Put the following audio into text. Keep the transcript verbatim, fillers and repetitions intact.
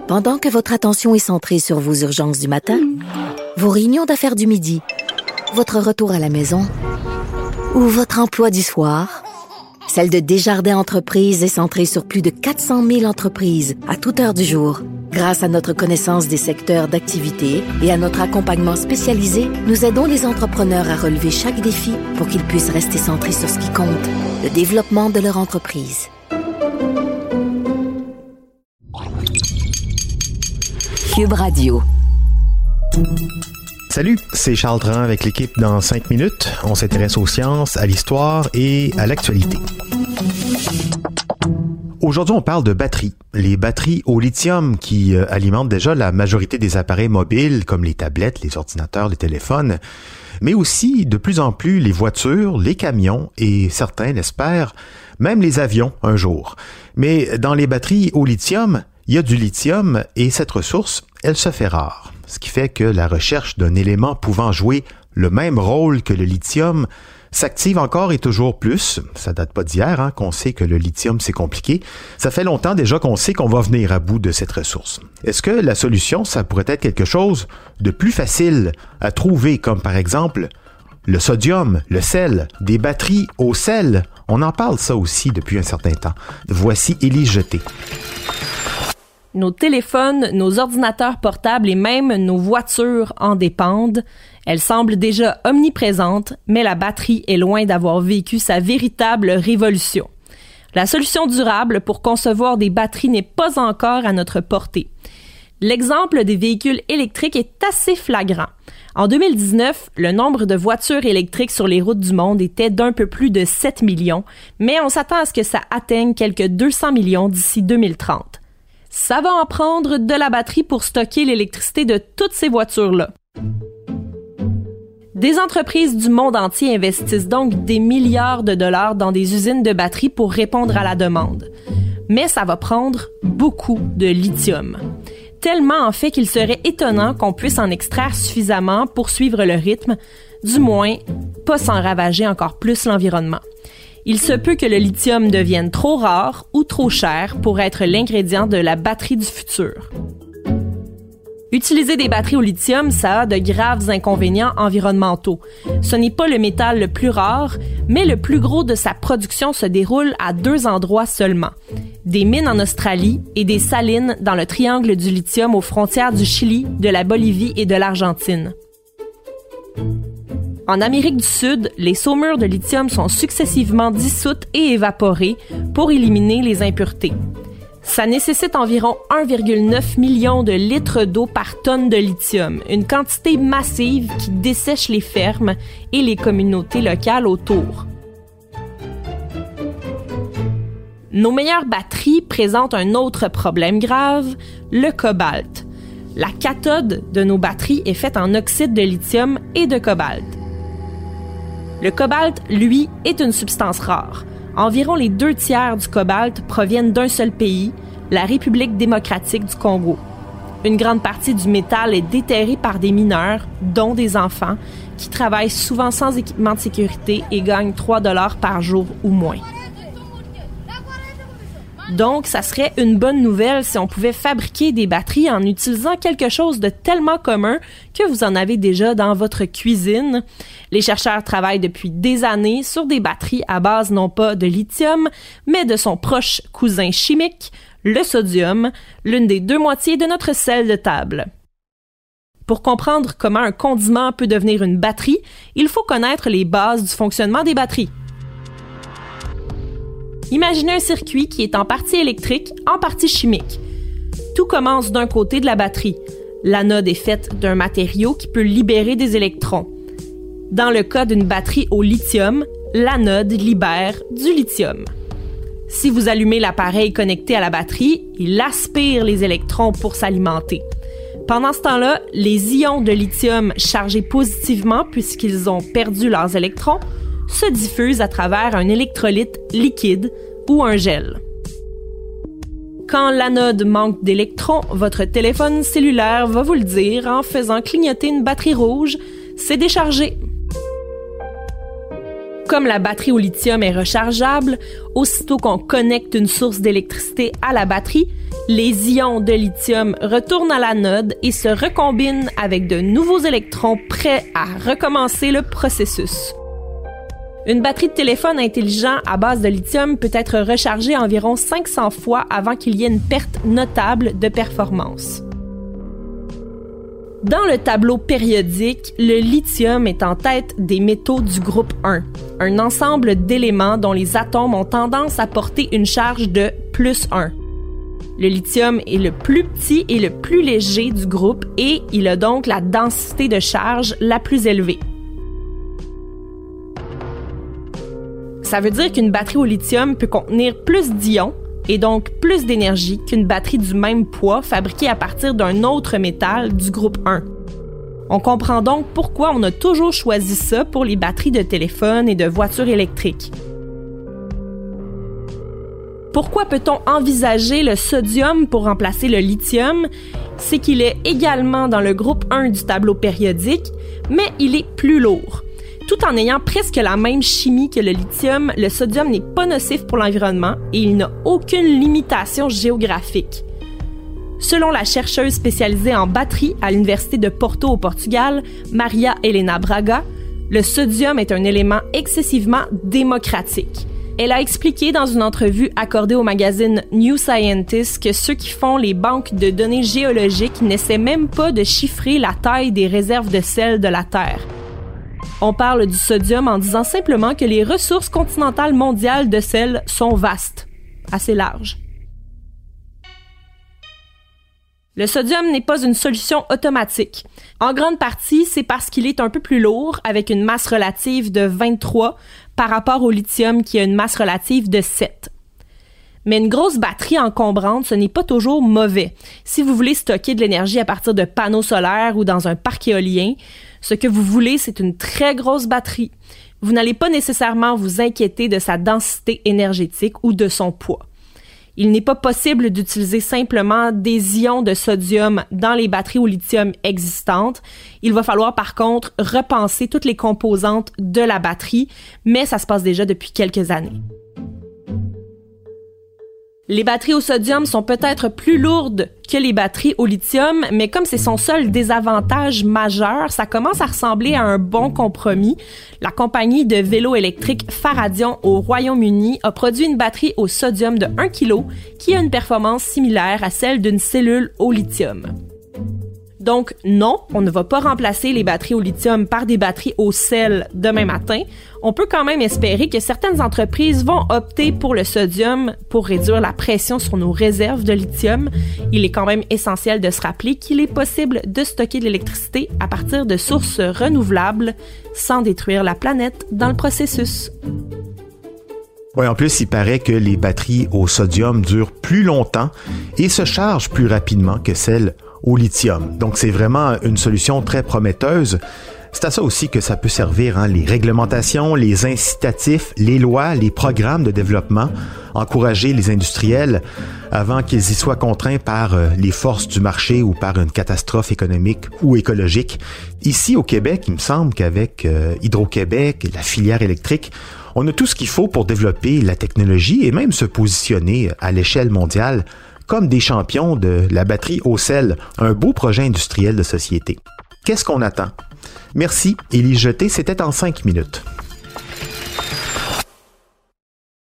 Pendant que votre attention est centrée sur vos urgences du matin, vos réunions d'affaires du midi, votre retour à la maison ou votre emploi du soir, celle de Desjardins Entreprises est centrée sur plus de quatre cent mille entreprises à toute heure du jour. Grâce à notre connaissance des secteurs d'activité et à notre accompagnement spécialisé, nous aidons les entrepreneurs à relever chaque défi pour qu'ils puissent rester centrés sur ce qui compte, le développement de leur entreprise. Cube Radio. Salut, c'est Charles Dran avec l'équipe dans cinq minutes. On s'intéresse aux sciences, à l'histoire et à l'actualité. Aujourd'hui, on parle de batteries. Les batteries au lithium qui euh, alimentent déjà la majorité des appareils mobiles comme les tablettes, les ordinateurs, les téléphones, mais aussi de plus en plus les voitures, les camions et certains l'espèrent, même les avions un jour. Mais dans les batteries au lithium, il y a du lithium et cette ressource, elle se fait rare. Ce qui fait que la recherche d'un élément pouvant jouer le même rôle que le lithium s'active encore et toujours plus. Ça date pas d'hier hein, qu'on sait que le lithium, c'est compliqué. Ça fait longtemps déjà qu'on sait qu'on va venir à bout de cette ressource. Est-ce que la solution, ça pourrait être quelque chose de plus facile à trouver, comme par exemple le sodium, le sel, des batteries au sel? On en parle ça aussi depuis un certain temps. Voici Élise Jeté. Nos téléphones, nos ordinateurs portables et même nos voitures en dépendent. Elles semblent déjà omniprésentes, mais la batterie est loin d'avoir vécu sa véritable révolution. La solution durable pour concevoir des batteries n'est pas encore à notre portée. L'exemple des véhicules électriques est assez flagrant. En deux mille dix-neuf, le nombre de voitures électriques sur les routes du monde était d'un peu plus de sept millions, mais on s'attend à ce que ça atteigne quelques deux cents millions d'ici deux mille trente. Ça va en prendre de la batterie pour stocker l'électricité de toutes ces voitures-là. Des entreprises du monde entier investissent donc des milliards de dollars dans des usines de batteries pour répondre à la demande. Mais ça va prendre beaucoup de lithium. Tellement en fait qu'il serait étonnant qu'on puisse en extraire suffisamment pour suivre le rythme, du moins pas sans ravager encore plus l'environnement. Il se peut que le lithium devienne trop rare ou trop cher pour être l'ingrédient de la batterie du futur. Utiliser des batteries au lithium, ça a de graves inconvénients environnementaux. Ce n'est pas le métal le plus rare, mais le plus gros de sa production se déroule à deux endroits seulement. Des mines en Australie et des salines dans le triangle du lithium aux frontières du Chili, de la Bolivie et de l'Argentine. En Amérique du Sud, les saumures de lithium sont successivement dissoutes et évaporées pour éliminer les impuretés. Ça nécessite environ un virgule neuf million de litres d'eau par tonne de lithium, une quantité massive qui dessèche les fermes et les communautés locales autour. Nos meilleures batteries présentent un autre problème grave, le cobalt. La cathode de nos batteries est faite en oxyde de lithium et de cobalt. Le cobalt, lui, est une substance rare. Environ les deux tiers du cobalt proviennent d'un seul pays, la République démocratique du Congo. Une grande partie du métal est déterrée par des mineurs, dont des enfants, qui travaillent souvent sans équipement de sécurité et gagnent trois dollars par jour ou moins. Donc, ça serait une bonne nouvelle si on pouvait fabriquer des batteries en utilisant quelque chose de tellement commun que vous en avez déjà dans votre cuisine. Les chercheurs travaillent depuis des années sur des batteries à base non pas de lithium, mais de son proche cousin chimique, le sodium, l'une des deux moitiés de notre sel de table. Pour comprendre comment un condiment peut devenir une batterie, il faut connaître les bases du fonctionnement des batteries. Imaginez un circuit qui est en partie électrique, en partie chimique. Tout commence d'un côté de la batterie. L'anode est faite d'un matériau qui peut libérer des électrons. Dans le cas d'une batterie au lithium, l'anode libère du lithium. Si vous allumez l'appareil connecté à la batterie, il aspire les électrons pour s'alimenter. Pendant ce temps-là, les ions de lithium chargés positivement puisqu'ils ont perdu leurs électrons se diffusent à travers un électrolyte liquide ou un gel. Quand l'anode manque d'électrons, votre téléphone cellulaire va vous le dire en faisant clignoter une batterie rouge, c'est déchargé. Comme la batterie au lithium est rechargeable, aussitôt qu'on connecte une source d'électricité à la batterie, les ions de lithium retournent à l'anode et se recombinent avec de nouveaux électrons prêts à recommencer le processus. Une batterie de téléphone intelligent à base de lithium peut être rechargée environ cinq cents fois avant qu'il y ait une perte notable de performance. Dans le tableau périodique, le lithium est en tête des métaux du groupe un, un ensemble d'éléments dont les atomes ont tendance à porter une charge de plus un. Le lithium est le plus petit et le plus léger du groupe et il a donc la densité de charge la plus élevée. Ça veut dire qu'une batterie au lithium peut contenir plus d'ions et donc plus d'énergie qu'une batterie du même poids fabriquée à partir d'un autre métal du groupe un. On comprend donc pourquoi on a toujours choisi ça pour les batteries de téléphone et de voitures électriques. Pourquoi peut-on envisager le sodium pour remplacer le lithium? C'est qu'il est également dans le groupe un du tableau périodique, mais il est plus lourd. Tout en ayant presque la même chimie que le lithium, le sodium n'est pas nocif pour l'environnement et il n'a aucune limitation géographique. Selon la chercheuse spécialisée en batterie à l'Université de Porto au Portugal, Maria Helena Braga, le sodium est un élément excessivement démocratique. Elle a expliqué dans une entrevue accordée au magazine New Scientist que ceux qui font les banques de données géologiques n'essaient même pas de chiffrer la taille des réserves de sel de la Terre. On parle du sodium en disant simplement que les ressources continentales mondiales de sel sont vastes, assez larges. Le sodium n'est pas une solution automatique. En grande partie, c'est parce qu'il est un peu plus lourd, avec une masse relative de vingt-trois par rapport au lithium qui a une masse relative de sept. Mais une grosse batterie encombrante, ce n'est pas toujours mauvais. Si vous voulez stocker de l'énergie à partir de panneaux solaires ou dans un parc éolien, ce que vous voulez, c'est une très grosse batterie. Vous n'allez pas nécessairement vous inquiéter de sa densité énergétique ou de son poids. Il n'est pas possible d'utiliser simplement des ions de sodium dans les batteries au lithium existantes. Il va falloir par contre repenser toutes les composantes de la batterie, mais ça se passe déjà depuis quelques années. Les batteries au sodium sont peut-être plus lourdes que les batteries au lithium, mais comme c'est son seul désavantage majeur, ça commence à ressembler à un bon compromis. La compagnie de vélos électriques Faradion au Royaume-Uni a produit une batterie au sodium de un kilogramme qui a une performance similaire à celle d'une cellule au lithium. Donc non, on ne va pas remplacer les batteries au lithium par des batteries au sel demain matin. On peut quand même espérer que certaines entreprises vont opter pour le sodium pour réduire la pression sur nos réserves de lithium. Il est quand même essentiel de se rappeler qu'il est possible de stocker de l'électricité à partir de sources renouvelables sans détruire la planète dans le processus. Oui, en plus, il paraît que les batteries au sodium durent plus longtemps et se chargent plus rapidement que celles au lithium. Donc, c'est vraiment une solution très prometteuse. C'est à ça aussi que ça peut servir, hein, les réglementations, les incitatifs, les lois, les programmes de développement, encourager les industriels avant qu'ils y soient contraints par euh, les forces du marché ou par une catastrophe économique ou écologique. Ici, au Québec, il me semble qu'avec euh, Hydro-Québec et la filière électrique, on a tout ce qu'il faut pour développer la technologie et même se positionner à l'échelle mondiale comme des champions de la batterie au sel, un beau projet industriel de société. Qu'est-ce qu'on attend? Merci, Élie Jeté, c'était en cinq minutes.